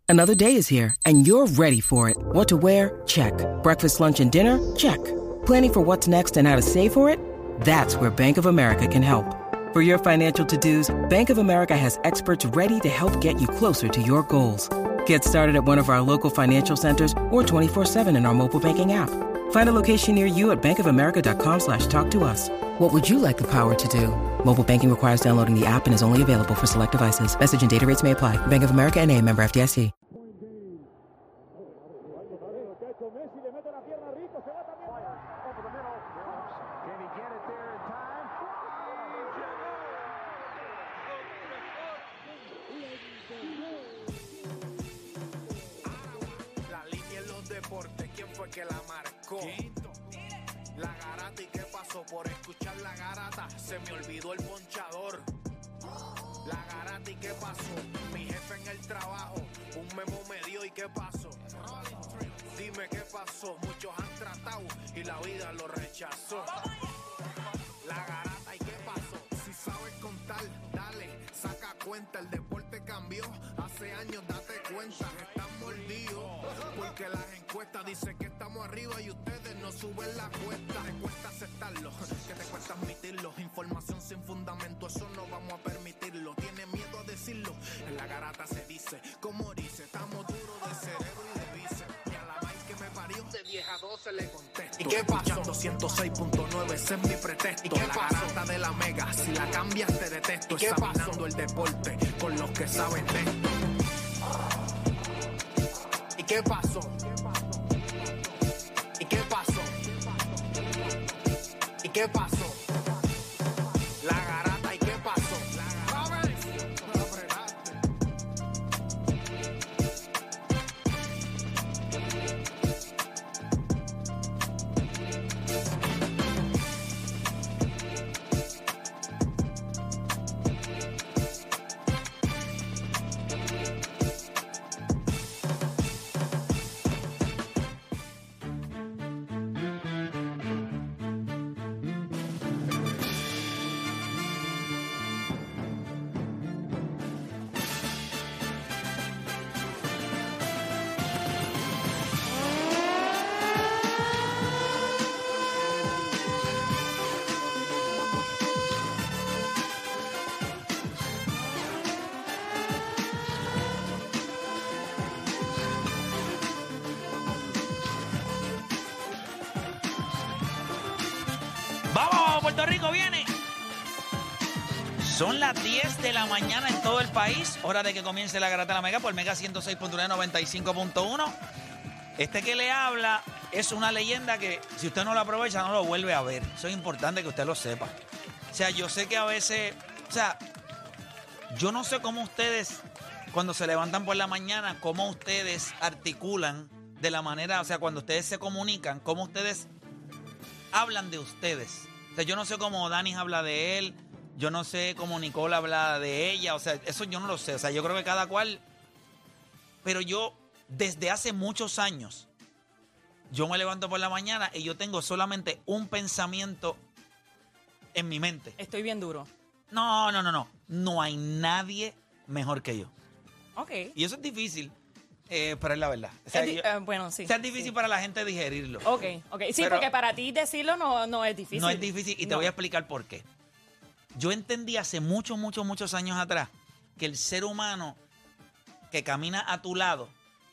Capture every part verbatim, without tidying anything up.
Another day is here, and you're ready for it. What to wear? Check. Breakfast, lunch, and dinner? Check. Planning for what's next and how to save for it? That's where Bank of America can help. For your financial to-dos, Bank of America has experts ready to help get you closer to your goals. Get started at one of our local financial centers or twenty-four seven in our mobile banking app. Find a location near you at bankofamerica.com slash talk to us. What would you like the power to do? Mobile banking requires downloading the app and is only available for select devices. Message and data rates may apply. Bank of America N A, member F D I C. ¿Quién fue que la marcó? La garata, ¿y qué pasó? Por escuchar la garata se me olvidó el ponchador. La garata, ¿y qué pasó? Mi jefe en el trabajo un memo me dio, ¿y qué pasó? Dime qué pasó. Muchos han tratado y la vida lo rechazó. La garata, ¿y qué pasó? Si sabes contar, dale, saca cuenta. El deporte cambió hace años, date cuenta. Están mordidos porque las encuestas dicen que estamos arriba y ustedes no suben la cuesta. Te cuesta aceptarlo, que te cuesta admitirlo. Información sin fundamento, eso no vamos a permitirlo. Tiene miedo a decirlo, en la garata se dice. Como dice, estamos duros de cerebro y de bíceps. Y a la vaina que me parió, de diez a doce le contesto. ¿Y qué pasó? ciento seis punto nueve, ese es mi pretexto. ¿Y qué la pasó? Garata de la mega, si la cambias te detesto. ¿Y qué examinando pasó? El deporte con los que saben de esto. ¿Y qué pasó? ¿Y qué pasó? ¿Y qué pasó? La garata, ¿y qué pasó? ¡Vamos, Puerto Rico viene! Son las diez de la mañana en todo el país. Hora de que comience la Garata de la Mega por Mega ciento seis punto nueve, noventa y cinco punto uno. Este que le habla es una leyenda que si usted no lo aprovecha no lo vuelve a ver. Eso es importante que usted lo sepa. O sea, yo sé que a veces... O sea, yo no sé cómo ustedes, cuando se levantan por la mañana, cómo ustedes articulan de la manera... O sea, cuando ustedes se comunican, cómo ustedes hablan de ustedes. O sea, yo no sé cómo Dani habla de él, yo no sé cómo Nicole habla de ella, o sea, eso yo no lo sé. O sea, yo creo que cada cual... Pero yo, desde hace muchos años, yo me levanto por la mañana y yo tengo solamente un pensamiento en mi mente. Estoy bien duro. No, no, no, no. No hay nadie mejor que yo. Ok. Y eso es difícil, eh, pero es la verdad. O sea, Es di- yo- eh, bueno, sí. o sea, es difícil sí. para la gente digerirlo. Ok, ok. Sí, Pero- porque para ti decirlo no, no es difícil. No es difícil y te No. voy a explicar por qué. Yo entendí hace muchos, muchos, muchos años atrás que el ser humano que camina a tu lado,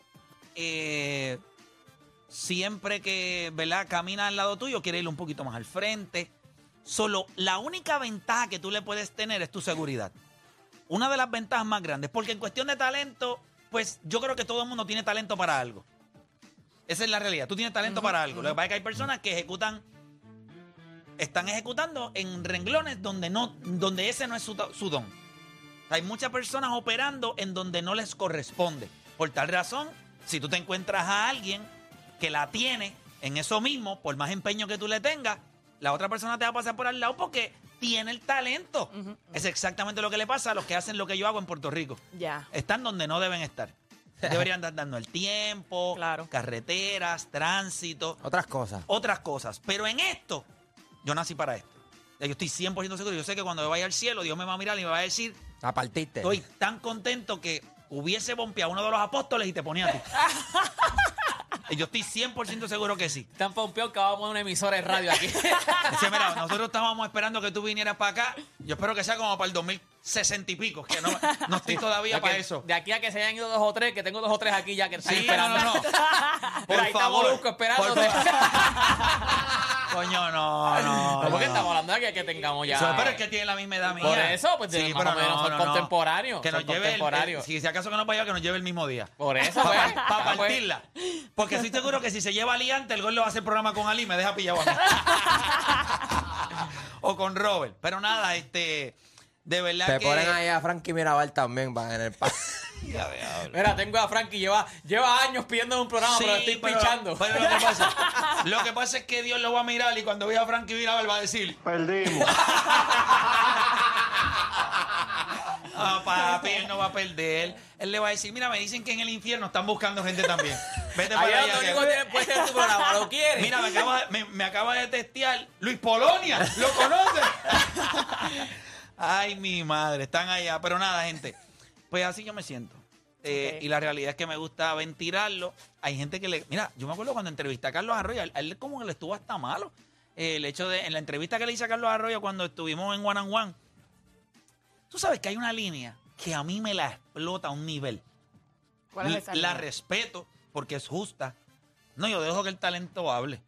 eh, siempre que, ¿verdad?, camina al lado tuyo, quiere ir un poquito más al frente. Solo la única ventaja que tú le puedes tener es tu seguridad. Una de las ventajas más grandes, porque en cuestión de talento, pues yo creo que todo el mundo tiene talento para algo. Esa es la realidad. Tú tienes talento para algo. Lo que pasa es que hay personas que ejecutan, están ejecutando en renglones donde no, donde ese no es su, su don. Hay muchas personas operando en donde no les corresponde. Por tal razón, si tú te encuentras a alguien que la tiene en eso mismo, por más empeño que tú le tengas, la otra persona te va a pasar por al lado porque tiene el talento. Ujú, ujú. Es exactamente lo que le pasa a los que hacen lo que yo hago en Puerto Rico. Ya. Están donde no deben estar. Deberían estar dando el tiempo, Claro. carreteras, tránsito, Otras cosas. otras cosas. Pero en esto, yo nací para esto. Ya, yo estoy cien por ciento seguro. Yo sé que cuando yo vaya al cielo, Dios me va a mirar y me va a decir, La partiste. estoy tan contento que hubiese bompeado a uno de los apóstoles y te ponía a ti. Y yo estoy cien por ciento seguro que sí. Tan pompeado que vamos a poner una emisora de radio aquí. Dice, mira, nosotros estábamos esperando que tú vinieras para acá. Yo espero que sea como para el dos mil sesenta y pico, que no, no estoy todavía De que- para eso. De aquí a que se hayan ido dos o tres, que tengo dos o tres aquí ya que están Sí, esperando. no, no, no. Por Por ahí está favor. Molusco esperando. Por Coño, no, no. No, porque no. estamos hablando de que, que tengamos ya. Eso, pero es que tiene la misma edad mía. Por eso, pues, más o menos son contemporáneos, Que nos son lleve el, contemporáneos. el- si, si acaso que nos vaya, que nos lleve el mismo día. Por eso, pues. Para Ah, pues. partirla. Porque estoy seguro que si se lleva a Ali antes, el gol lo va a hacer programa con Ali y me deja pillado a mí. O con Robert. Pero nada, este. De verdad Te que. ponen ahí a Frankie Mirabal también va, en el pa- Ya veo. Mira, tengo a Frankie, lleva, lleva años pidiendo un programa, Sí, pero estoy pero- pichando. Pero lo que pasa, lo que pasa es que Dios lo va a mirar y cuando vea a Frankie Mirabal va a decir. Perdimos. Ah, papi, él no va a perder. Él le va a decir, mira, me dicen que en el infierno están buscando gente también. Vete para Allá allá. lo que- único que tiene- puede ser tu programa, ¿lo quieres? Mira, me acaba, me, me acaba de testear Luis Polonia. ¿Lo conoces? Ay, mi madre, están allá. Pero nada, gente. Pues así yo me siento. Eh, Ok. Y la realidad es que me gusta ventilarlo. Hay gente que le... Mira, yo me acuerdo cuando entrevisté a Carlos Arroyo, a él, a él como que le estuvo hasta malo. Eh, el hecho de... En la entrevista que le hice a Carlos Arroyo cuando estuvimos en One and One, tú sabes que hay una línea que a mí me la explota a un nivel. ¿Cuál es esa La línea? respeto porque es justa. No, yo dejo que el talento hable.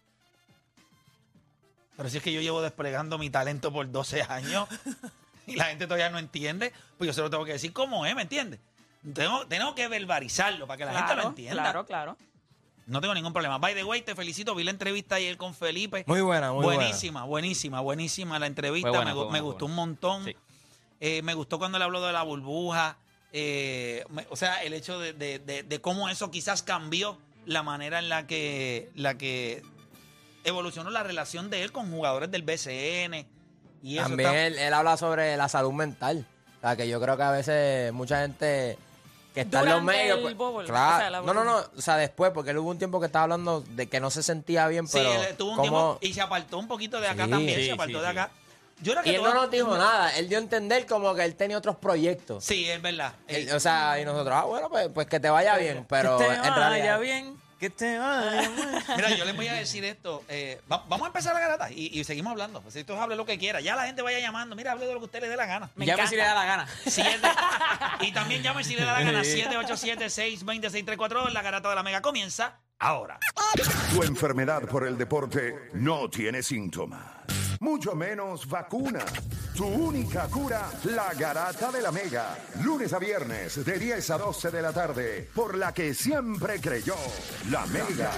Pero si es que yo llevo desplegando mi talento por doce años y la gente todavía no entiende, pues yo se lo tengo que decir como es, ¿me entiendes? Tengo, tengo que verbalizarlo para que la gente lo Claro, entienda. Claro, claro. No tengo ningún problema. By the way, te felicito. Vi la entrevista ayer con Felipe. Muy buena, muy buena. buenísima, buenísima, buenísima la entrevista. Fue buena, me, fue gu- buena, me fue gustó buena. un montón. Sí. Eh, me gustó cuando le habló de la burbuja. Eh, me- o sea, el hecho de, de- de- de cómo eso quizás cambió la manera en la que, la que evolucionó la relación de él con jugadores del B C N. Y eso También está- él, él habla sobre la salud mental. O sea, que yo creo que a veces mucha gente que está en los Durante medios. el pues, bubble, claro, o sea, la no, no, no. burbuja. O sea, después, porque él hubo un tiempo que estaba hablando de que no se sentía bien, Sí, pero. él tuvo un cómo- tiempo y se apartó un poquito de acá Sí. también. Sí, se apartó sí, de sí. acá. Yo creo que Y él todo- no nos dijo nada. Él dio a entender como que él tenía otros proyectos. Sí, es verdad. Él- Eh, o sea, y nosotros, ah, bueno, pues, pues que te vaya bien. Pero que te en vaya realidad. bien, que te vaya bien. Mira, yo les voy a decir esto. eh, va- vamos a empezar la garata y, y seguimos hablando. Pues si usted hable lo que quiera. Ya la gente vaya llamando. Mira, hable de lo que usted le dé la gana. Me Ya me si le da encanta. la gana. Siete- y también llame si le da la gana. siete ocho siete, seis dos cero, seis tres cuatro dos. La garata de la Mega comienza ahora. Tu enfermedad por el deporte no tiene síntomas, mucho menos vacuna. Tu única cura, la garata de la Mega. Lunes a viernes de diez a doce de la tarde, por la que siempre creyó, la Mega.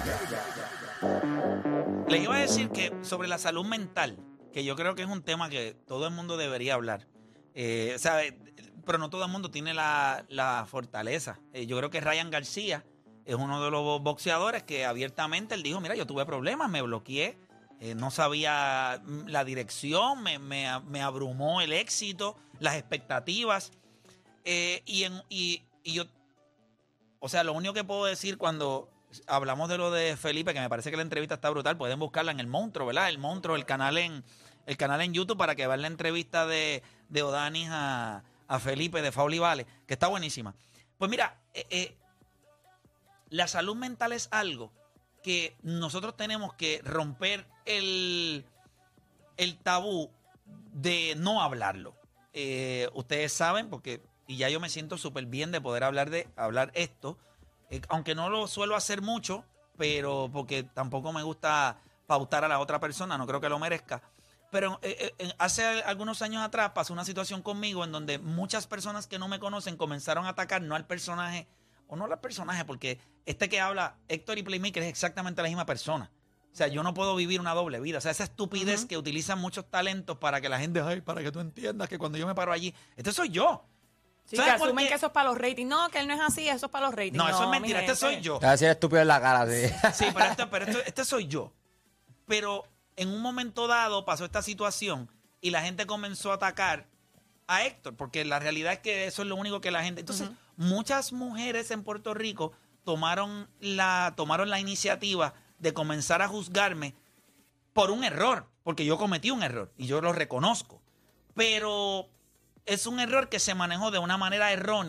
Les iba a decir que sobre la salud mental, que yo creo que es un tema que todo el mundo debería hablar. Eh, ¿sabe? Pero no todo el mundo tiene la, la fortaleza. Eh, yo creo que Ryan García es uno de los boxeadores que abiertamente él dijo, mira, yo tuve problemas, me bloqueé, eh, no sabía mm, la dirección, me, me- me abrumó el éxito, las expectativas. Eh, y, en, y, y yo, o sea, lo único que puedo decir cuando hablamos de lo de Felipe, que me parece que la entrevista está brutal, pueden buscarla en El Monstruo, ¿verdad? El Monstruo, el canal en, el canal en YouTube para que vean la entrevista de, de Odanis a, a Felipe de Fauli Vale, que está buenísima. Pues mira, eh, eh, la salud mental es algo que nosotros tenemos que romper el, el tabú de no hablarlo. Eh, ustedes saben, porque, y ya yo me siento súper bien de poder hablar de hablar esto, eh, aunque no lo suelo hacer mucho, pero porque tampoco me gusta pautar a la otra persona, no creo que lo merezca. Pero eh, eh, hace algunos años atrás pasó una situación conmigo en donde muchas personas que no me conocen comenzaron a atacar no al personaje, o no al personaje, porque este que habla, Héctor y Playmaker, es exactamente la misma persona. O sea, yo no puedo vivir una doble vida. O sea, esa estupidez uh-huh. que utilizan muchos talentos para que la gente, ay, para que tú entiendas que cuando yo me paro allí, este soy yo. Sí, que asumen que eso es para los ratings. No, que él no es así, eso es para los ratings. No, no eso es mentira, mi este gente. soy yo. Te va a decir estúpido en la cara, sí. Sí, pero, este, pero esto, este soy yo. Pero en un momento dado pasó esta situación y la gente comenzó a atacar a Héctor, porque la realidad es que eso es lo único que la gente... Entonces, uh-huh. muchas mujeres en Puerto Rico tomaron la, tomaron la iniciativa de comenzar a juzgarme por un error, porque yo cometí un error y yo lo reconozco. Pero es un error que se manejó de una manera errónea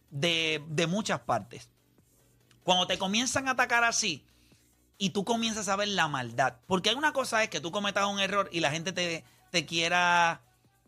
de, de muchas partes. Cuando te comienzan a atacar así y tú comienzas a ver la maldad, porque hay una cosa es que tú cometas un error y la gente te, te quiera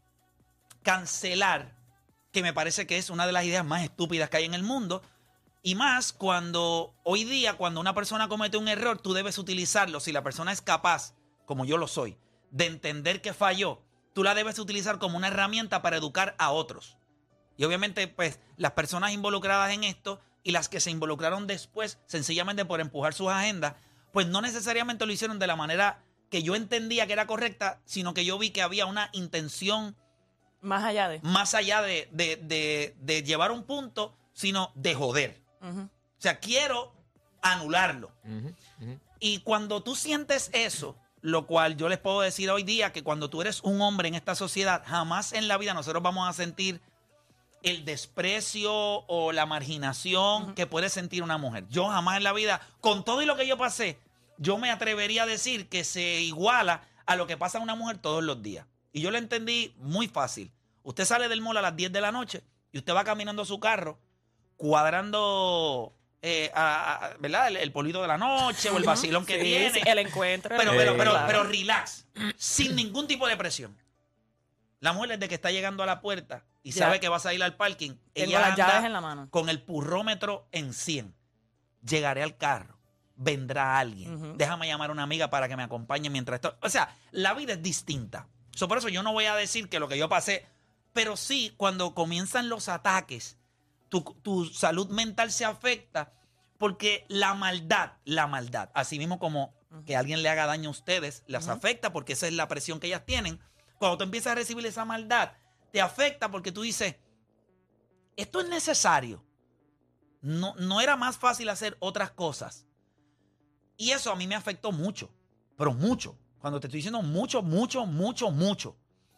cancelar, que me parece que es una de las ideas más estúpidas que hay en el mundo, y más cuando hoy día, cuando una persona comete un error, tú debes utilizarlo. Si la persona es capaz, como yo lo soy, de entender que falló, tú la debes utilizar como una herramienta para educar a otros. Y obviamente, pues, las personas involucradas en esto y las que se involucraron después, sencillamente por empujar sus agendas, pues no necesariamente lo hicieron de la manera que yo entendía que era correcta, sino que yo vi que había una intención Más allá de. más allá de, de, de, de llevar un punto, sino de joder. Ujú. O sea, quiero anularlo. Ujú, ujú. Y cuando tú sientes eso, lo cual yo les puedo decir hoy día, que cuando tú eres un hombre en esta sociedad, jamás en la vida nosotros vamos a sentir el desprecio o la marginación uh-huh. que puede sentir una mujer. Yo jamás en la vida, con todo y lo que yo pasé, yo me atrevería a decir que se iguala a lo que pasa a una mujer todos los días. Y yo lo entendí muy fácil. Usted sale del mall a las diez de la noche y usted va caminando a su carro, cuadrando eh, a, a, ¿verdad? El, el polito de la noche o el vacilón que Sí, tiene. sí, el encuentro. Pero, el- pero, pero, claro. pero relax, sin ningún tipo de presión. La mujer desde que está llegando a la puerta y Ya. sabe que vas a ir al parking, Tengo ella las anda llaves en la mano. con el purrómetro en cien. Llegaré al carro, vendrá alguien, Ujú. déjame llamar a una amiga para que me acompañe mientras estoy. O sea, la vida es distinta. So, por eso yo no voy a decir que lo que yo pasé, pero sí, cuando comienzan los ataques, tu, tu salud mental se afecta porque la maldad, la maldad, así mismo como que alguien le haga daño a ustedes, las Ujú. afecta porque esa es la presión que ellas tienen. Cuando tú empiezas a recibir esa maldad, te afecta porque tú dices, esto es necesario. No, no era más fácil hacer otras cosas. Y eso a mí me afectó mucho, pero mucho. Cuando te estoy diciendo mucho, mucho, mucho, mucho.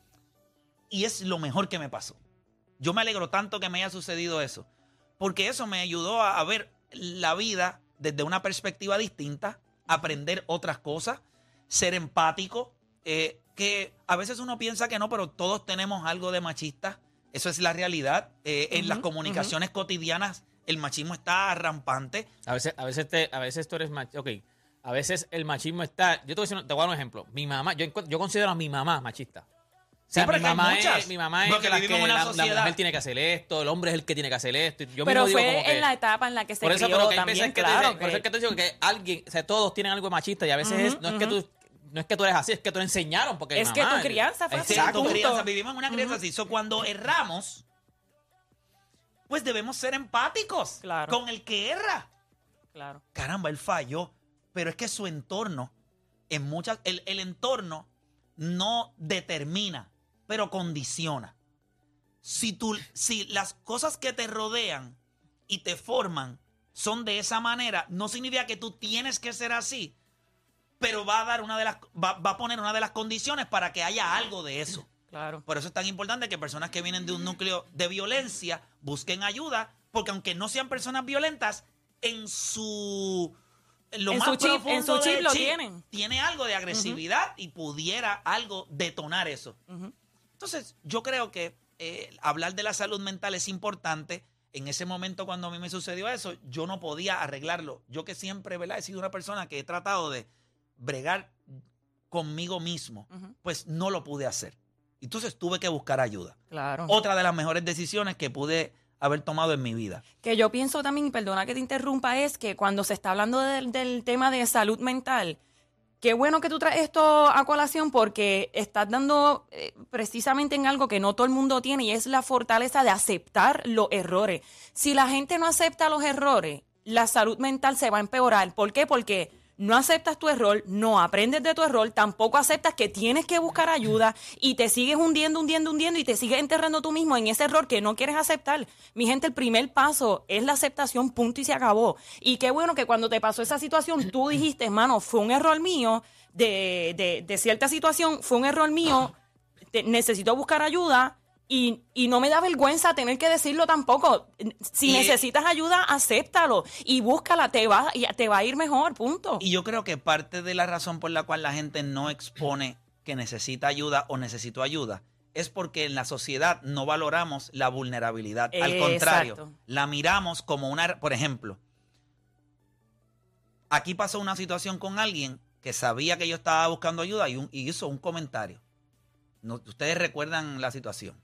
Y es lo mejor que me pasó. Yo me alegro tanto que me haya sucedido eso, porque eso me ayudó a, a ver la vida desde una perspectiva distinta, aprender otras cosas, ser empático, eh, que a veces uno piensa que no, pero todos tenemos algo de machista. Eso es la realidad. Eh, en Ujú, las comunicaciones cotidianas el machismo está rampante. A veces, a veces, te, a veces tú eres machista. Ok, a veces el machismo está. Yo te voy a, decir, te voy a dar un ejemplo. Mi mamá, yo, encu- yo considero a mi mamá machista. O sea, Sí, pero mi que hay mamá, muchas, es, mi mamá es porque que la, vivimos que en una la- la sociedad. mujer tiene que hacer esto, el hombre es el que tiene que hacer esto. y Yo Pero mismo digo como fue que, en la etapa en la que se por eso, crió pero que hay también, veces que claro. te, por eso es que te digo que alguien, o sea, todos tienen algo de machista y a veces es, no es que tú no es que tú eres así, es que tú le enseñaron porque Es mi que mamá, tu crianza fue así. Sí, Exacto. tu punto. crianza, vivimos en una crianza así. So, cuando erramos, pues debemos ser empáticos Claro. con el que erra. Claro. Caramba, él falló. Pero es que su entorno, en muchas, el, el entorno no determina, pero condiciona. Si, tú, si las cosas que te rodean y te forman son de esa manera, no significa que tú tienes que ser así, pero va a dar una de las, va, va a poner una de las condiciones para que haya algo de eso. Claro. Por eso es tan importante que personas que vienen de un núcleo de violencia busquen ayuda, porque aunque no sean personas violentas, en su en lo En más su chip, profundo en su chip del lo tienen. tiene algo de agresividad y pudiera algo detonar eso. Ujú. Entonces, yo creo que eh, hablar de la salud mental es importante. En ese momento, cuando a mí me sucedió eso, yo no podía arreglarlo. Yo que siempre, ¿verdad? He sido una persona que he tratado de bregar conmigo mismo, Ujú. pues no lo pude hacer. Entonces tuve que buscar ayuda. Claro. Otra de las mejores decisiones que pude haber tomado en mi vida. Que yo pienso también, y perdona que te interrumpa, es que cuando se está hablando del, del tema de salud mental, qué bueno que tú traes esto a colación porque estás dando eh, precisamente en algo que no todo el mundo tiene y es la fortaleza de aceptar los errores. Si la gente no acepta los errores, la salud mental se va a empeorar. ¿Por qué? Porque no aceptas tu error, no aprendes de tu error, tampoco aceptas que tienes que buscar ayuda y te sigues hundiendo, hundiendo, hundiendo y te sigues enterrando tú mismo en ese error que no quieres aceptar. Mi gente, el primer paso es la aceptación, punto y se acabó. Y qué bueno que cuando te pasó esa situación tú dijiste, hermano, fue un error mío de, de, de cierta situación, fue un error mío, te- necesito buscar ayuda. Y, y no me da vergüenza tener que decirlo tampoco. Si Y- necesitas ayuda, acéptalo y búscala, te va, y te va a ir mejor, punto. Y yo creo que parte de la razón por la cual la gente no expone que necesita ayuda o necesito ayuda es porque en la sociedad no valoramos la vulnerabilidad. Al Eh, contrario, exacto. la miramos como una... Por ejemplo, aquí pasó una situación con alguien que sabía que yo estaba buscando ayuda y, un- y hizo un comentario. No, ustedes recuerdan la situación.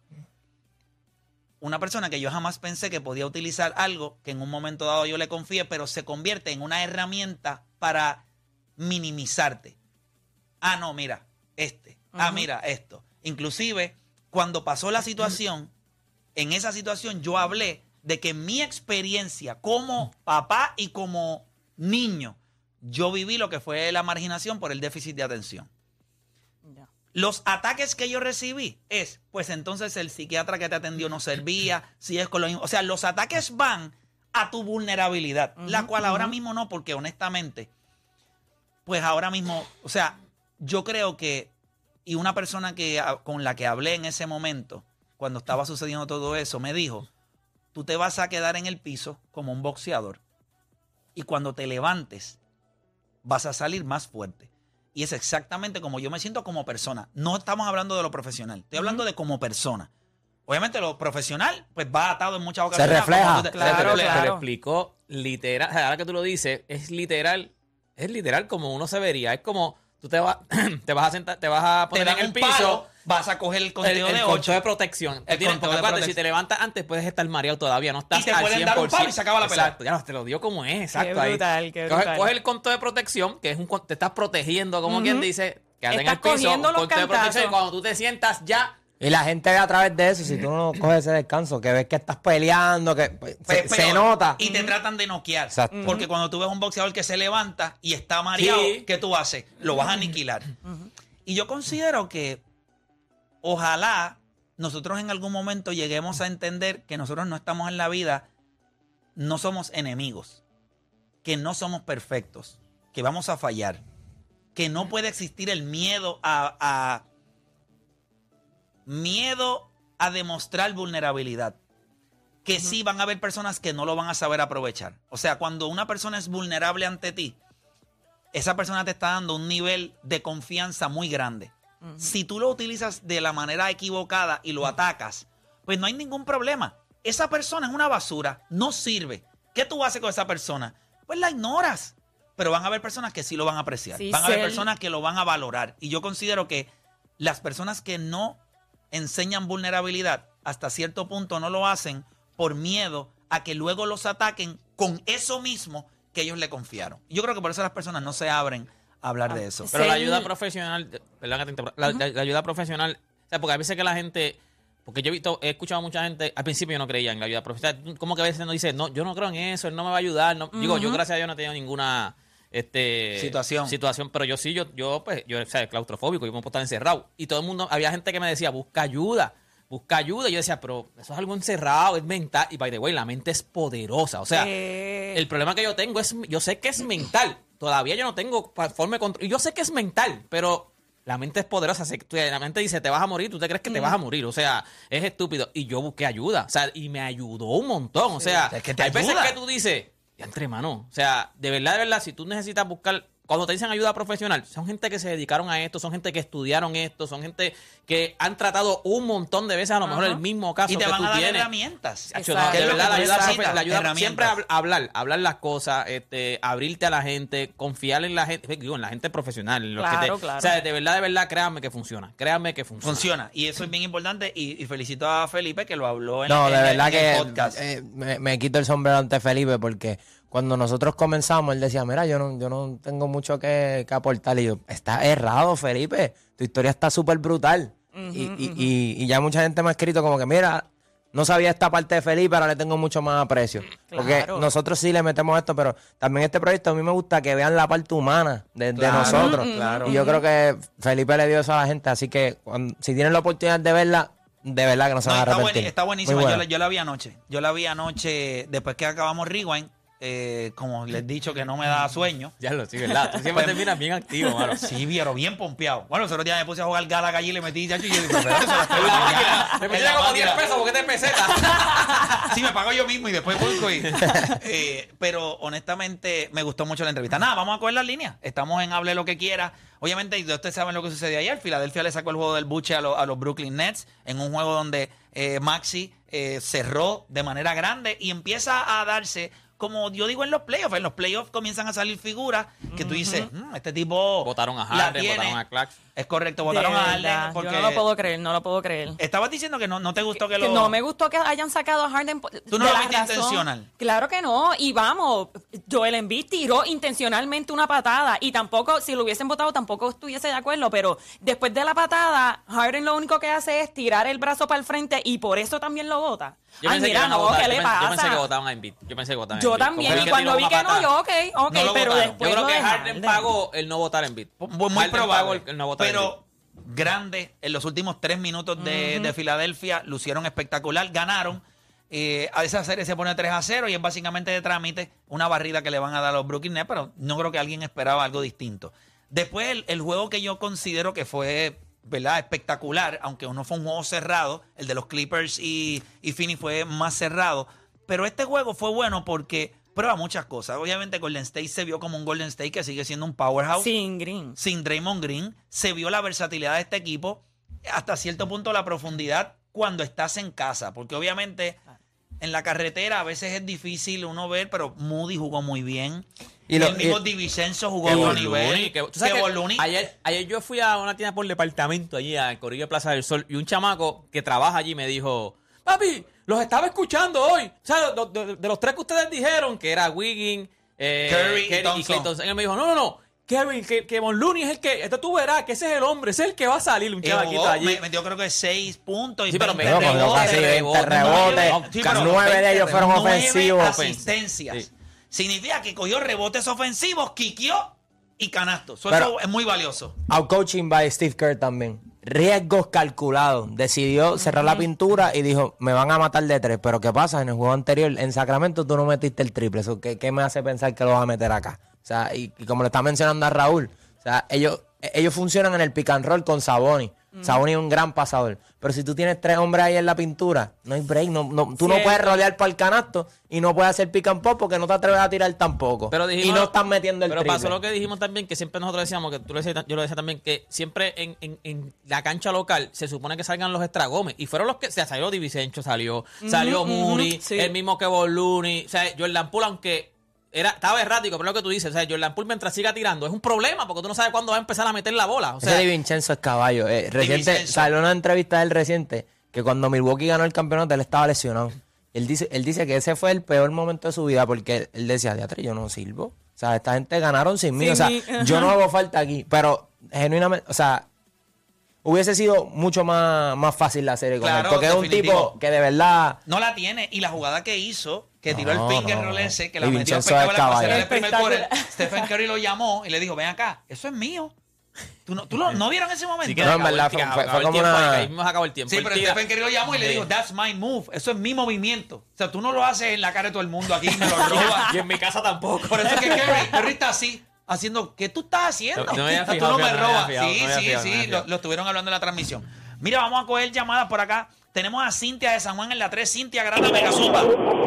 Una persona que yo jamás pensé que podía utilizar algo que en un momento dado yo le confié, pero se convierte en una herramienta para minimizarte. Ah, no, mira, este. Ah, Ujú. mira, esto. Inclusive, cuando pasó la situación, en esa situación yo hablé de que mi experiencia como papá y como niño, yo viví lo que fue la marginación por el déficit de atención. Ya. Los ataques que yo recibí es, pues entonces el psiquiatra que te atendió no servía, si es con lo mismo. O sea, los ataques van a tu vulnerabilidad, la Ujú, cual ahora ujú. mismo no, porque honestamente, pues ahora mismo, o sea, yo creo que, y una persona que, con la que hablé en ese momento, cuando estaba sucediendo todo eso, me dijo, tú te vas a quedar en el piso como un boxeador y cuando te levantes vas a salir más fuerte. Y es exactamente como yo me siento como persona. No estamos hablando de lo profesional. Estoy hablando de como persona. Obviamente lo profesional pues va atado en muchas ocasiones. a refleja. cómo tú te- Claro, se Te refleja. lo claro. explicó literal. O sea, ahora que tú lo dices, es literal. Es literal como uno se vería. Es como tú te, vas te vas a sentar, te vas a Te poner dan en el un piso. palo, vas a coger el El, conteo el de conteo ocho de protección. El Tú tienes- conteo porque de acuérdate, protección. si te levantas antes, puedes estar mareado todavía. No estás Y te al pueden cien dar un por ciento. palo y se acaba la pelea. Exacto, ya no, te lo dio como es, exacto. Qué ahí. brutal, qué Coge, brutal. coge el conteo de protección, que es un con- te estás protegiendo, como Ujú. quien dice, quédate en Estás el piso, cogiendo los conteo de protección, y cantazos. cuando tú te sientas ya. Y la gente ve a través de eso, si tú no coges ese descanso, que ves que estás peleando, que pues, Pe- se, se peor. nota. Y te tratan de noquear. Exacto. Porque cuando tú ves un boxeador que se levanta y está mareado, Sí. ¿qué tú haces? Lo vas a aniquilar. Y yo considero que ojalá nosotros en algún momento lleguemos a entender que nosotros no estamos en la vida, no somos enemigos, que no somos perfectos, que vamos a fallar, que no puede existir el miedo a, a miedo a demostrar vulnerabilidad. Que sí van a haber personas que no lo van a saber aprovechar. O sea, cuando una persona es vulnerable ante ti, esa persona te está dando un nivel de confianza muy grande. Si tú lo utilizas de la manera equivocada y lo atacas, pues no hay ningún problema. Esa persona es una basura, no sirve. ¿Qué tú haces con esa persona? Pues la ignoras. Pero van a haber personas que sí lo van a apreciar. Sí, van a haber ser- personas que lo van a valorar. Y yo considero que las personas que no enseñan vulnerabilidad, hasta cierto punto no lo hacen por miedo a que luego los ataquen con eso mismo que ellos le confiaron. Y yo creo que por eso las personas no se abren a hablar de eso. Pero la Ser- ayuda profesional, perdón que te interrumpa, la, la- la ayuda profesional, o sea, porque a veces que la gente, porque yo he visto, he escuchado a mucha gente, al principio yo no creía en la ayuda profesional, como que a veces no dice, no, yo no creo en eso, él no me va a ayudar, no. Digo, yo gracias a Dios no he tenido ninguna este Situación. situación, pero yo sí, yo, yo pues, yo, o sea, claustrofóbico, yo me puedo estar encerrado, y todo el mundo, había gente que me decía, busca ayuda, busca ayuda, y yo decía, pero eso es algo encerrado, es mental, y by the way, la mente es poderosa, o sea, Eh, el problema que yo tengo es, yo sé que es mental. Todavía yo no tengo pa- forma de control. Yo sé que es mental, pero la mente es poderosa. Se- tú- La mente dice, te vas a morir, tú te crees que te vas a morir. O sea, es estúpido. Y yo busqué ayuda. O sea, y me ayudó un montón. O sea, Es que te hay veces ayuda. que tú dices, ya entre mano. O sea, de verdad, de verdad, si tú necesitas buscar... Cuando te dicen ayuda profesional, son gente que se dedicaron a esto, son gente que estudiaron esto, son gente que han tratado un montón de veces a lo mejor Ajá. el mismo caso Y te que van tú a dar tienes. herramientas. Hacho, Exacto. no, ¿Qué de es lo verdad, que la tú ayuda, necesitas? profe- la ayuda- Herramientas. siempre hab- hablar, hablar las cosas, este, abrirte a la gente, confiar en la gente, digo, en la gente profesional. En los que Claro, te- claro. O sea, de verdad, de verdad, créanme que funciona. Créanme que funciona. Funciona. Y eso es bien importante. Y, y felicito a Felipe que lo habló en, No, en de el- verdad en el que podcast. eh, me, me quito el sombrero ante Felipe porque cuando nosotros comenzamos, él decía, mira, yo no, yo no tengo mucho que, que aportar. Y yo, está errado, Felipe. Tu historia está súper brutal. y, y, y, y ya mucha gente me ha escrito como que, mira, no sabía esta parte de Felipe, ahora le tengo mucho más aprecio. Porque Claro. nosotros sí le metemos esto, pero también este proyecto a mí me gusta que vean la parte humana de, de Claro, nosotros. claro. Y yo creo que Felipe le dio eso a la gente. Así que cuando- si tienen la oportunidad de verla, de verdad que no se No, van a está, arrepentir. bueni- está buenísima. Muy Yo buena. la, yo la vi anoche. Yo la vi anoche después que acabamos Rewind. eh, como les he dicho que no me da sueño. Ya lo sí, ¿verdad? Tú siempre terminas bien activo, mano. Sí, pero bien pompeado. Bueno, el otro día me puse a jugar Galaga allí y le metí, chacho, y yo dije, pero eso la estoy En la máquina. mañana. Me En metí la como máquina. diez pesos porque te peseta. Sí, me pago yo mismo y después busco y... eh, pero honestamente me gustó mucho la entrevista. Nada, vamos a coger las líneas. Estamos en Hable lo que quiera. Obviamente, y ustedes saben lo que sucedió ayer. Filadelfia le sacó el juego del buche a, lo- a los Brooklyn Nets en un juego donde eh, Maxi eh, cerró de manera grande y empieza a darse... Como yo digo en los playoffs, en los playoffs comienzan a salir figuras que tú dices, "Mm, este tipo Votaron a la Harden, tiene". votaron a Clark. Es correcto, De votaron a verdad, Harden porque... Yo no lo puedo creer, no lo puedo creer. Estabas diciendo que no, no te gustó que, Que lo... no me gustó que hayan sacado a Harden. por- ¿Tú no de lo la viste razón- intencional? Claro que no. Y vamos, Joel Embiid tiró intencionalmente una patada. Y tampoco, si lo hubiesen votado, tampoco estuviese de acuerdo. Pero después de la patada, Harden lo único que hace es tirar el brazo para el frente. Y por eso también lo vota. Yo Ay, pensé, mira, que iban a no, votar. ¿qué yo, le pens- pasa? yo pensé que votaban a Embiid. Yo pensé que votaban a Yo Embiid. también. Como Y que cuando tiró vi una que no, patada. yo, ok, ok. No lo pero votaron. después Yo creo lo que de Harden pagó el no votar en Embiid. Muy, muy Harden probable. pagó el, el no votar pero Embiid. grande, en los últimos tres minutos de, de Filadelfia, lucieron espectacular, ganaron. Eh, a esa serie se pone tres a cero y es básicamente de trámite una barrida que le van a dar a los Brooklyn Nets, pero no creo que alguien esperaba algo distinto. Después, el, el juego que yo considero que fue, ¿verdad?, espectacular, aunque uno fue un juego cerrado, el de los Clippers y, y Phoenix fue más cerrado, pero este juego fue bueno porque prueba muchas cosas. Obviamente Golden State se vio como un Golden State que sigue siendo un powerhouse. Sin Green. Sin Draymond Green, se vio la versatilidad de este equipo, hasta cierto punto la profundidad cuando estás en casa, porque obviamente en la carretera a veces es difícil uno ver, pero Moody jugó muy bien. Y lo- el mismo y- DiVincenzo jugó a Kevon otro nivel. Looney, que- ¿tú sabes Kevon que Looney. ayer, ayer yo fui a una tienda por departamento allí al Corillo de Plaza del Sol y un chamaco que trabaja allí me dijo, papi, los estaba escuchando hoy. O sea, de, de- de los tres que ustedes dijeron, que era Wiggins, eh, Curry y Curry Thompson. Klay Thompson. Él me dijo, no, no, no, Kevin, que, que Von Looney es el que, esto tú verás, que ese es el hombre, ese es el que va a salir, un Y chamaquito jugó, allí. me- metió creo que seis puntos y Sí, pero veinte me- No, cogió casi rebotes. veinte rebotes, No, sí, pero nueve de ellos fueron nueve ofensivos. asistencias. Sí. Significa que cogió rebotes ofensivos, quiqueó y canastos. Eso Pero- es muy valioso. Outcoaching by Steve Kerr también. Riesgos calculados. Decidió cerrar la pintura y dijo, me van a matar de tres. Pero ¿qué pasa? En el juego anterior, en Sacramento, tú no metiste el triple. Eso, ¿qué, qué me hace pensar que lo vas a meter acá? O sea, y, y como le está mencionando a Raúl, o sea, ellos, ellos funcionan en el pick and roll con Sabonis. Sabonis es un gran pasador. Pero si tú tienes tres hombres ahí en la pintura, no hay break. No, no, tú no Cierto. puedes rodear para el canasto y no puedes hacer pick and pop porque no te atreves a tirar tampoco. Pero dijimos, y no están metiendo el Pero triple. pasó lo que dijimos también, que siempre nosotros decíamos, que tú lo decías, yo lo decía también, que siempre en, en, en la cancha local se supone que salgan los extragomes. Y fueron los que, o sea, salió DiVincenzo, salió, salió ujú, Moody, sí. el mismo Kevon Looney, o sea, Jordan Poole, aunque era, estaba errático, pero lo que tú dices, o sea, Jordan Poole mientras siga tirando es un problema, porque tú no sabes cuándo va a empezar a meter la bola. O sea, Ese DiVincenzo es caballo. Eh, reciente, DiVincenzo. salió una entrevista del reciente que cuando Milwaukee ganó el campeonato él estaba lesionado. Él dice, él dice que ese fue el peor momento de su vida porque él decía, diatre, yo no sirvo. O sea, esta gente ganaron sin mí. Sin o sea, mí, ajá. yo no hago falta aquí. Pero genuinamente, o sea, hubiese sido mucho más, más fácil la serie con Claro, él. Porque es un definitivo. tipo que de verdad... No la tiene. Y la jugada que hizo, que tiró No, el finger no, roll no. ese, que la Y metió Vincenzo espectacular es para caballo. cerrar el primer Espectacular. quarter. Stephen Curry lo llamó y le dijo, ven acá, eso es mío. ¿Tú no, tú lo, ¿no vieron ese momento? sí que No, en acabó el verdad, tiempo, fue- fue acabó el como tiempo una- ahí, ahí mismo se acabó el tiempo. Sí, Él pero tira- Stephen Curry lo llamó y le Sí. dijo, that's my move. Eso es mi movimiento. O sea, tú no lo haces en la cara de todo el mundo aquí, me lo robas. Y en mi casa tampoco. Por eso es que Curry, Curry está así, haciendo, ¿qué tú estás haciendo? No, no me había O sea, fijado, tú no me fíjate, no me había robas. fijado, Sí, no me había sí, fijado, no me sí, había lo, fijado. lo estuvieron hablando en la transmisión. Mira, vamos a coger llamadas por acá. Tenemos a Cintia de San Juan en la tres. Cintia, grata, mega zumba.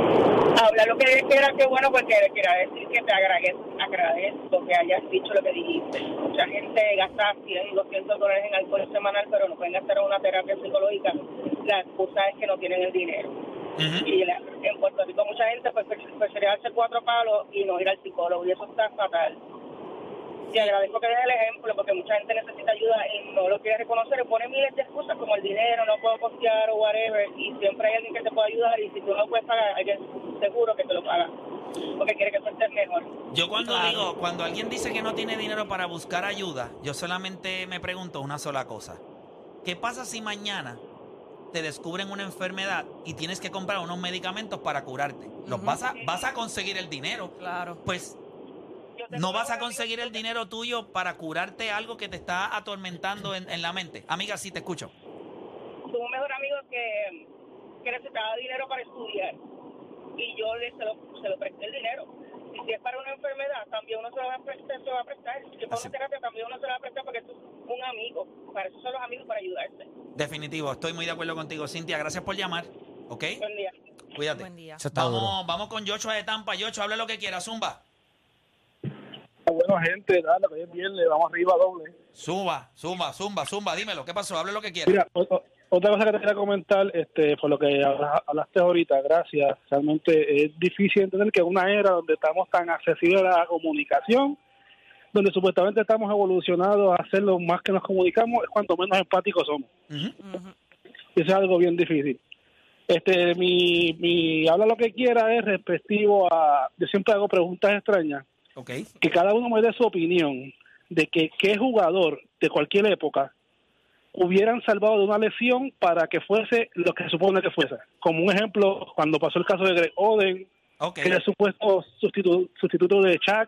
Habla lo que quiera, qué bueno, porque quiero decir que te agradezco, agradezco que hayas dicho lo que dijiste. Mucha gente gasta cien, doscientos dólares en alcohol semanal, pero no pueden gastar en una terapia psicológica. La excusa es que no tienen el dinero. Ujú. Y la- en Puerto Rico mucha gente pues prefiere darse cuatro palos y no ir al psicólogo, y eso está fatal. Y agradezco que des el ejemplo, porque mucha gente necesita ayuda y no lo quiere reconocer, y pone miles de excusas como el dinero, no puedo postear o whatever, y siempre hay alguien que te puede ayudar, y si tú no puedes pagar, alguien seguro que te lo paga, porque quiere que tú estés mejor. Yo cuando Claro. digo, cuando alguien dice que no tiene dinero para buscar ayuda, yo solamente me pregunto una sola cosa. ¿Qué pasa si mañana te descubren una enfermedad y tienes que comprar unos medicamentos para curarte? ¿Los Ujú. vas a, vas a conseguir el dinero? Claro. Pues Yo tengo no vas a un conseguir el amigo- dinero tuyo para curarte algo que te está atormentando en, en la mente. Amiga, sí te escucho. Tuve un mejor amigo que, que necesitaba dinero para estudiar, y yo le se lo, se lo presté el dinero, una enfermedad, también uno se va a prestar, se va a prestar. Si fue una terapia, también uno se va a prestar porque es un amigo. Para eso son los amigos, para ayudarse. Definitivo, estoy muy de acuerdo contigo, Cintia. Gracias por llamar, ¿ok? Buen día. Cuídate. Buen día. Eso está duro. Vamos, vamos con Yocho de Tampa. Yocho, habla lo que quiera, zumba. Bueno, gente, dale, que hoy es viernes, vamos arriba doble. Zumba, zumba, zumba, zumba. Dímelo, ¿qué pasó? Hable lo que quiera. Mira, o- o- otra cosa que te quería comentar, este, por lo que habla- hablaste ahorita, gracias. Realmente es difícil entender que en una era donde estamos tan accesibles a la comunicación, donde supuestamente estamos evolucionados a hacer lo más que nos comunicamos, es cuanto menos empáticos somos. Ujú. Ujú. Y eso es algo bien difícil. Este, mi, mi habla lo que quiera es respectivo a, yo siempre hago preguntas extrañas, Ok. que cada uno me dé su opinión de que qué jugador de cualquier época hubieran salvado de una lesión para que fuese lo que se supone que fuese. Como un ejemplo, cuando pasó el caso de Greg Oden, Ok. que era el supuesto sustitu- sustituto de Shaq,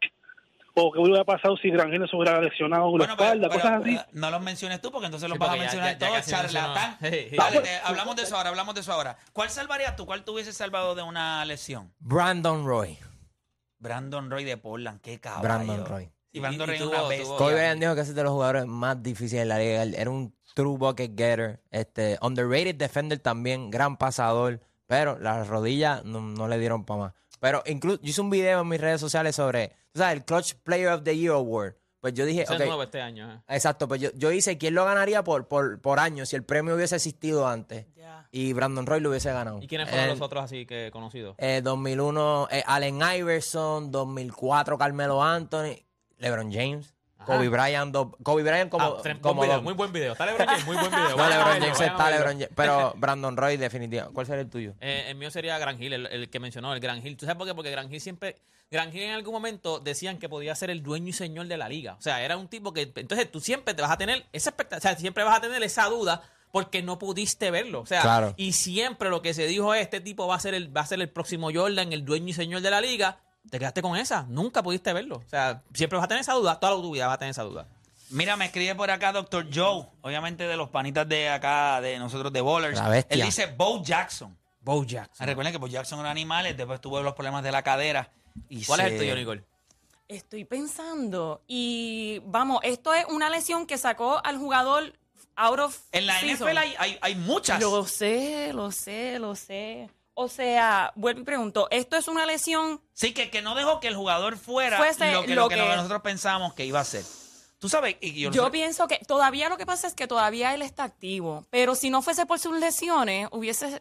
o que hubiera pasado si Gran Hill se hubiera lesionado en la Bueno, pero, espalda, pero, cosas así. eh, no los menciones tú porque entonces los Sí, vas a porque ya- mencionar ya- ya todos, casi charlatán. mencionó. Sí, sí. Dale, Ah, te- hablamos de eso ahora, hablamos de eso ahora. ¿Cuál salvarías tú? ¿Cuál te hubiese salvado de una lesión? Brandon Roy. Brandon Roy de Portland, qué caballo. Brandon Roy. Y Brandon Y- y Roy es tuvo- una bestia. tuvo- Kobe Bryant dijo que ese es de los jugadores más difíciles de la liga. Él era un true bucket getter, este, underrated defender también, gran pasador, pero las rodillas no, no le dieron para más. Pero incluso yo hice un video en mis redes sociales sobre, tú sabes, el Clutch Player of the Year Award. Pues yo dije, Eso ok, es nuevo este año. ¿eh? exacto, pues yo, yo hice quién lo ganaría por, por, por año si el premio hubiese existido antes. Ya. Y Brandon Roy lo hubiese ganado. ¿Y quiénes fueron En, los otros así que conocidos? eh, dos mil uno, eh, Allen Iverson, dos mil cuatro, Carmelo Anthony, LeBron James, Ajá. Kobe Bryant, do- Kobe Bryant como, Ah, tre- como buen video, dos. muy buen video. Está LeBron James, muy buen video. No, Vayan a LeBron verlo, James vayan a está, verlo. LeBron James, pero Brandon Roy definitivamente. ¿Cuál sería el tuyo? Eh, el mío sería Gran Hill, el, el que mencionó, el Gran Hill. ¿Tú sabes por qué? Porque Gran Hill siempre... Gran Hill en algún momento decían que podía ser el dueño y señor de la liga. O sea, era un tipo que... Entonces tú siempre te vas a tener esa expectativa, o sea, siempre vas a tener esa duda porque no pudiste verlo. O sea, Claro. y siempre lo que se dijo es, este tipo va a ser el va a ser el próximo Jordan, el dueño y señor de la liga. Te quedaste con esa. Nunca pudiste verlo. O sea, siempre vas a tener esa duda. Toda tu vida vas a tener esa duda. Mira, me escribe por acá doctor Joe, obviamente de los panitas de acá, de nosotros de Bowlers. La bestia. Él dice Bo Jackson. Bo Jackson. Recuerden que Bo Jackson era animales, después tuvo los problemas de la cadera. Y ¿Cuál se- es el tuyo, Nicole? Estoy pensando. Y vamos, esto es una lesión que sacó al jugador out of En la season. N F L hay, hay, hay muchas. Lo sé, lo sé, lo sé. O sea, vuelvo y pregunto, ¿esto es una lesión? Sí, que, que no dejó que el jugador fuera Fuese lo, que, lo lo que que- nosotros pensábamos que iba a ser. Tú sabes, y yo, Yo pienso que todavía lo que pasa es que todavía él está activo, pero si no fuese por sus lesiones, hubiese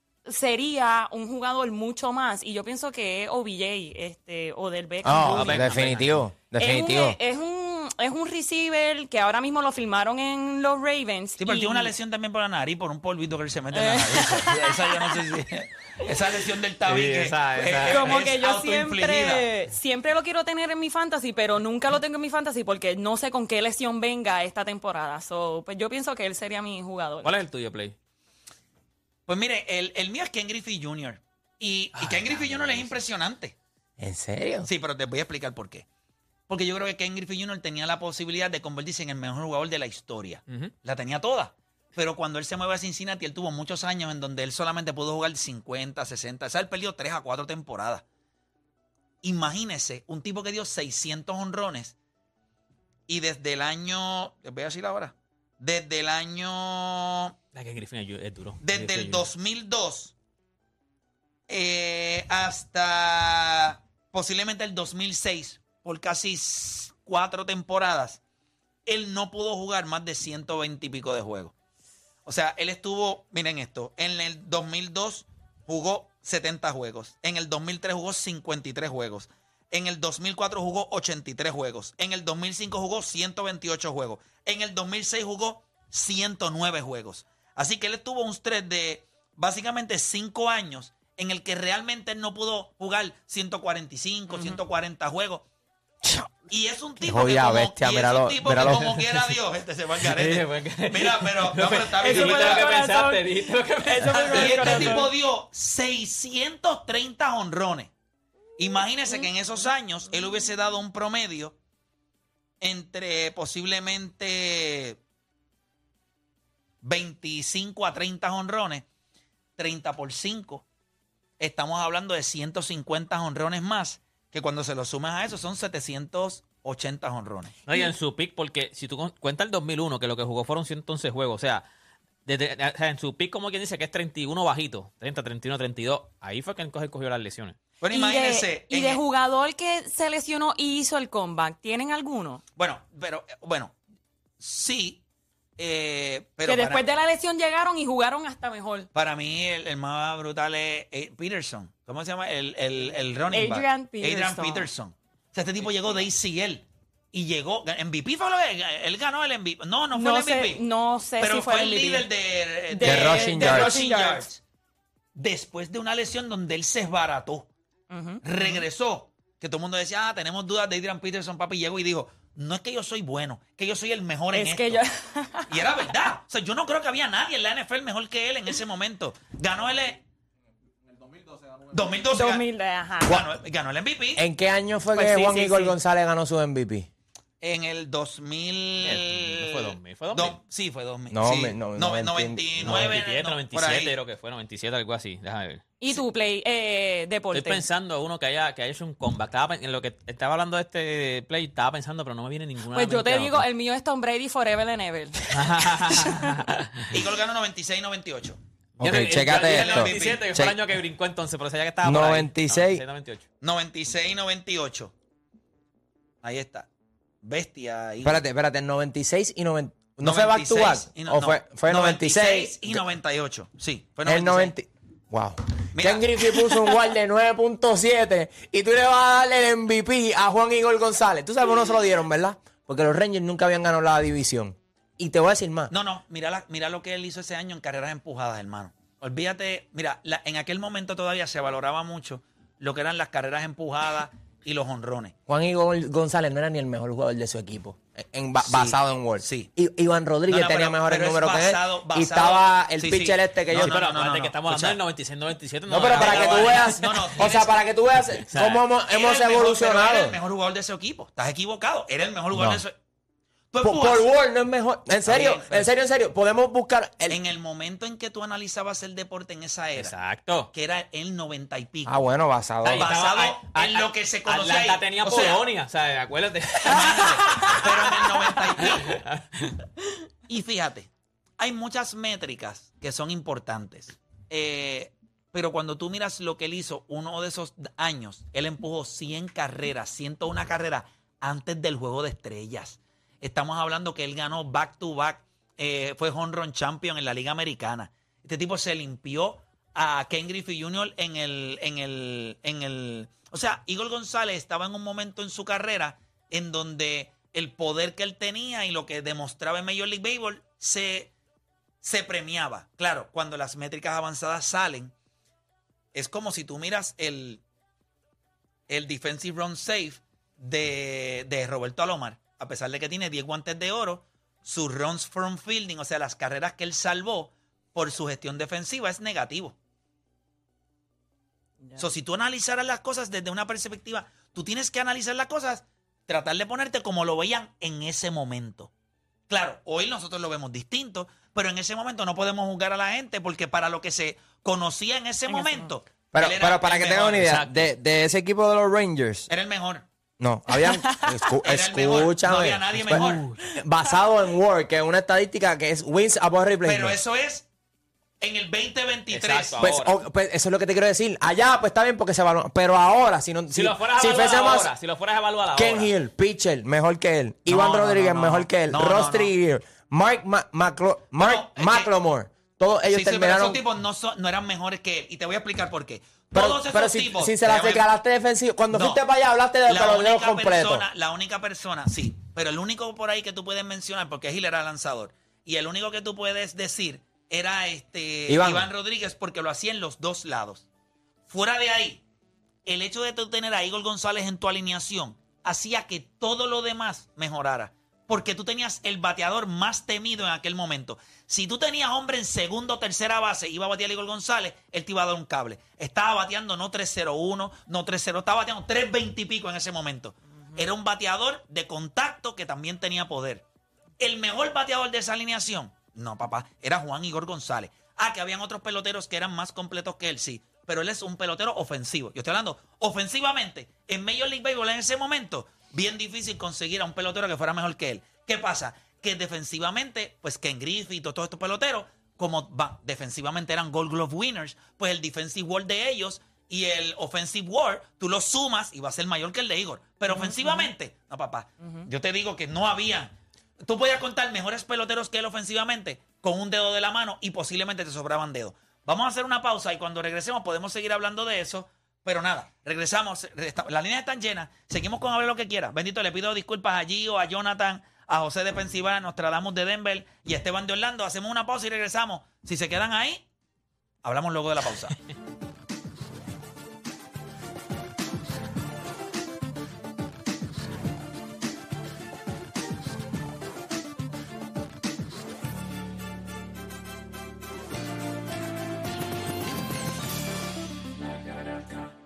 sería un jugador mucho más, y yo pienso que es O B J, este, o del Beckham Oh, Junior. Beckham, definitivo, definitivo. Es un, es un es un receiver que ahora mismo lo firmaron en los Ravens. Sí, pero y- tiene una lesión también por la nariz, por un polvito que él se mete en la nariz. Esa yo no sé si... Esa lesión del tabique. Sí, esa- esa- eh, Como es que yo autoinfligida. siempre, siempre lo quiero tener en mi fantasy, pero nunca lo tengo en mi fantasy porque no sé con qué lesión venga esta temporada. So, pues yo pienso que él sería mi jugador. ¿Cuál es el tuyo, Play? Pues mire, el, el mío es Ken Griffey junior Y, y Ken Griffey junior es impresionante. ¿En serio? Sí, pero te voy a explicar por qué. Porque yo creo que Ken Griffey junior tenía la posibilidad de convertirse en el mejor jugador de la historia. Ujú. La tenía toda. Pero cuando él se mueve a Cincinnati, él tuvo muchos años en donde él solamente pudo jugar cincuenta, sesenta. O sea, él perdió tres a cuatro temporadas. Imagínese, un tipo que dio seiscientos honrones y desde el año... Les voy a decir ahora. Desde el año... La que Griffin es es duro. Desde Griffin el es dos mil dos eh, hasta posiblemente el dos mil seis, por casi s- cuatro temporadas, él no pudo jugar más de ciento veinte y pico de juegos. O sea, él estuvo, miren esto, en el dos mil dos jugó setenta juegos, en el dos mil tres jugó cincuenta y tres juegos, en el dos mil cuatro jugó ochenta y tres juegos, en el dos mil cinco jugó ciento veintiocho juegos, en el dos mil seis jugó ciento nueve juegos. Así que él estuvo un stretch de básicamente cinco años en el que realmente él no pudo jugar ciento cuarenta y cinco, ciento cuarenta juegos. Y es un tipo que jodida como, bestia, y es míralo, un tipo míralo. que como quiera Dios, este se va al garete. Sí, porque- Mira, pero, no, pero está bien. Eso Yo fue me lo tengo que que pensaba. pensaste, dijiste lo que pensaste. Eso fue y mi este corazón. tipo dio seiscientos treinta honrones. Imagínese que en esos años él hubiese dado un promedio entre posiblemente veinticinco a treinta honrones, treinta por cinco. Estamos hablando de ciento cincuenta honrones más. que cuando se lo sumas a eso son setecientos ochenta jonrones. No, y en su pick, porque si tú cu- cuentas el dos mil uno, que lo que jugó fueron ciento once juegos, o sea, desde, o sea, en su pick, como quien dice que es treinta y uno bajito, treinta, treinta y uno, treinta y dos, ahí fue que él cogió, cogió las lesiones. Bueno, Y imagínense. de, y en de el- jugador que se lesionó y hizo el comeback, ¿tienen alguno? Bueno, pero, eh, bueno, sí, eh, pero que para, después de la lesión llegaron y jugaron hasta mejor. para mí el, el más brutal es eh, Peterson. ¿Cómo se llama? El, el, el running back. Adrian Peterson. Adrian Peterson. O sea, este tipo llegó de A C L y llegó, M V P fue lo que, él ganó el M V P. No, no fue No el M V P. sé, no sé pero si fue fue el el líder M V P. de, De- De rushing de yards. rushing yards. Después de una lesión donde él se esbarató. Ujú. Regresó, que todo el mundo decía, ah, tenemos dudas de Adrian Peterson, papi, y llegó y dijo, no es que yo soy bueno, que yo soy el mejor en Es esto. que yo... Y era verdad. O sea, yo no creo que había nadie en la N F L mejor que él en ese momento. Ganó el... En el dos mil doce. dos mil doce dos mil, ajá. ganó, ganó el M V P. ¿En qué año fue Pues que sí, Juan sí, Igor sí. González ganó su M V P? En el dos mil... No fue dos mil, fue dos mil. Do- sí, fue dos mil. No, sí. me- no, No- noventa- noventa y nueve, noventa y siete, no, noventa y por ahí. siete creo que fue, noventa y siete, algo así, déjame ver. ¿Y tu play, eh, deporte? Estoy pensando en uno que haya, que haya hecho un comeback. Estaba, pen- en lo que estaba hablando de este play, estaba pensando, pero no me viene ninguna. Pues yo mente te a digo, otra. el mío es Tom Brady forever and ever. Eagle ganó noventa y seis noventa y ocho. Ok, Yo- yo- yo chécate dije el esto. noventa y siete, que fue Che- el año que brincó entonces, pero sabía que estaba por ahí. noventa y seis. noventa y ocho. noventa y seis noventa y ocho. Ahí está. Bestia. Eagle. Espérate, espérate, en noventa y seis y noventa. ¿No fue back to back? noventa y seis y no- ¿O no, fue, fue noventa y seis? y noventa y ocho. Sí, fue El noventa y seis. noventa. Wow. Mira. Ken Griffey puso un guard de nueve punto siete y tú le vas a darle el M V P a Juan Igor González. Tú sabes por qué no se lo dieron, ¿verdad? Porque los Rangers nunca habían ganado la división. Y te voy a decir más. No, no, mira, la- mira lo que él hizo ese año en carreras empujadas, hermano. Olvídate, mira, la- en aquel momento todavía se valoraba mucho lo que eran las carreras empujadas y los honrones. Juan Igor González no era ni el mejor jugador de su equipo. En, ba- Sí, basado en World. sí. I- Iván Rodríguez No, no, tenía pero- mejores pero es números que él. basado- y basado- estaba el sí, pitcher sí. este que No, yo. no, Pero no, no, acuérdate no, que estamos hablando escucha. del noventa y seis, noventa y siete. No, pero para que tú veas. No, no, o sea, tienes- para que tú veas sea, cómo hemos, Era hemos el mejor, evolucionado. pero era el mejor jugador de ese equipo. Estás equivocado. Era el mejor jugador No. de ese. Tú Por, empujas. por World no es mejor. En serio, bien, pero- en serio, en serio. Podemos buscar. El... En el momento en que tú analizabas el deporte en esa era, Exacto. que era el noventa y pico. Ah, bueno, basado. Ahí estaba- basado ahí- en ahí- lo que se conocía Atlanta ahí. tenía O sea, Polonia, o sea, acuérdate. Imagínate, pero en el noventa y pico. Y fíjate, hay muchas métricas que son importantes. Eh, pero cuando tú miras lo que él hizo, uno de esos años, él empujó cien carreras, ciento una carreras antes del Juego de Estrellas. Estamos hablando que él ganó back to back, eh, fue home run champion en la Liga Americana. Este tipo se limpió a Ken Griffey junior en el, en el, en el, o sea, Igor González estaba en un momento en su carrera en donde el poder que él tenía y lo que demostraba en Major League Baseball se, se premiaba. Claro, cuando las métricas avanzadas salen, es como si tú miras el, el defensive run safe de, de Roberto Alomar. A pesar de que tiene diez guantes de oro, sus runs from fielding, o sea, las carreras que él salvó por su gestión defensiva, es negativo. So, si tú analizaras las cosas desde una perspectiva, tú tienes que analizar las cosas, tratar de ponerte como lo veían en ese momento. Claro, hoy nosotros lo vemos distinto, pero en ese momento no podemos juzgar a la gente porque para lo que se conocía en ese En ese momento, Pero, él era pero para el que tengan mejor. una idea, Exacto. de, de ese equipo de los Rangers, Era el mejor. no, habían. escu- Era el mejor. escúchame. No había nadie Pues, mejor. basado en Word, que es una estadística que es wins above replacement. Pero eso es en el veinte veintitrés. Exacto. Pues, ahora. o- pues, eso es lo que te quiero decir. Allá, pues está bien porque se evalúa. Pero ahora, si no. Si, lo fueras a si evaluar fuésemos ahora, si lo fueras a evaluar ahora. Ken Hill, pitcher, mejor que él. No, Iván no, Rodríguez, no, no. mejor que él. No, Ross no, no. Trigueer, Mark, Ma- Maclo- Mark Bueno, es que- McLemore. Todos ellos Sí, sí, pero terminaron. esos tipos no, son- no eran mejores que él. Y te voy a explicar por qué. pero, Todos esos pero si, tipos. si se las Déjame- declaraste defensivo. Cuando No. fuiste para allá, hablaste de la peloteros única completos. persona, la única persona, sí, pero el único por ahí que tú puedes mencionar, porque Gil era lanzador, y el único que tú puedes decir era este Iván. Iván Rodríguez, porque lo hacía en los dos lados. Fuera de ahí, el hecho de tú tener a Igor González en tu alineación hacía que todo lo demás mejorara. Porque tú tenías el bateador más temido en aquel momento. Si tú tenías hombre en segunda o tercera base, iba a batear a Igor González, él te iba a dar un cable. Estaba bateando no tres cero uno, no tres cero, estaba bateando tres veinte y pico en ese momento. Era un bateador de contacto que también tenía poder. El mejor bateador de esa alineación, no, papá, era Juan Igor González. Ah, que habían otros peloteros que eran más completos que él, sí. pero él es un pelotero ofensivo. Yo estoy hablando ofensivamente. En Major League Baseball en ese momento, bien difícil conseguir a un pelotero que fuera mejor que él. ¿Qué pasa? Que defensivamente, pues Ken Griffey y todos estos peloteros, como va, defensivamente eran Gold Glove winners, pues el defensive war de ellos y el offensive war, tú lo sumas y va a ser mayor que el de Igor. Pero uh-huh. ofensivamente, no papá, uh-huh. yo te digo que no había, tú podías contar mejores peloteros que él ofensivamente con un dedo de la mano y posiblemente te sobraban dedos. Vamos a hacer una pausa y cuando regresemos podemos seguir hablando de eso. Pero nada, regresamos, las líneas están llenas, seguimos con Hable lo que quiera. Bendito, le pido disculpas a Gio, a Jonathan, a José de Pensilvania, Nostradamus de Denver y a Esteban de Orlando. Hacemos una pausa y regresamos. Si se quedan ahí, hablamos luego de la pausa.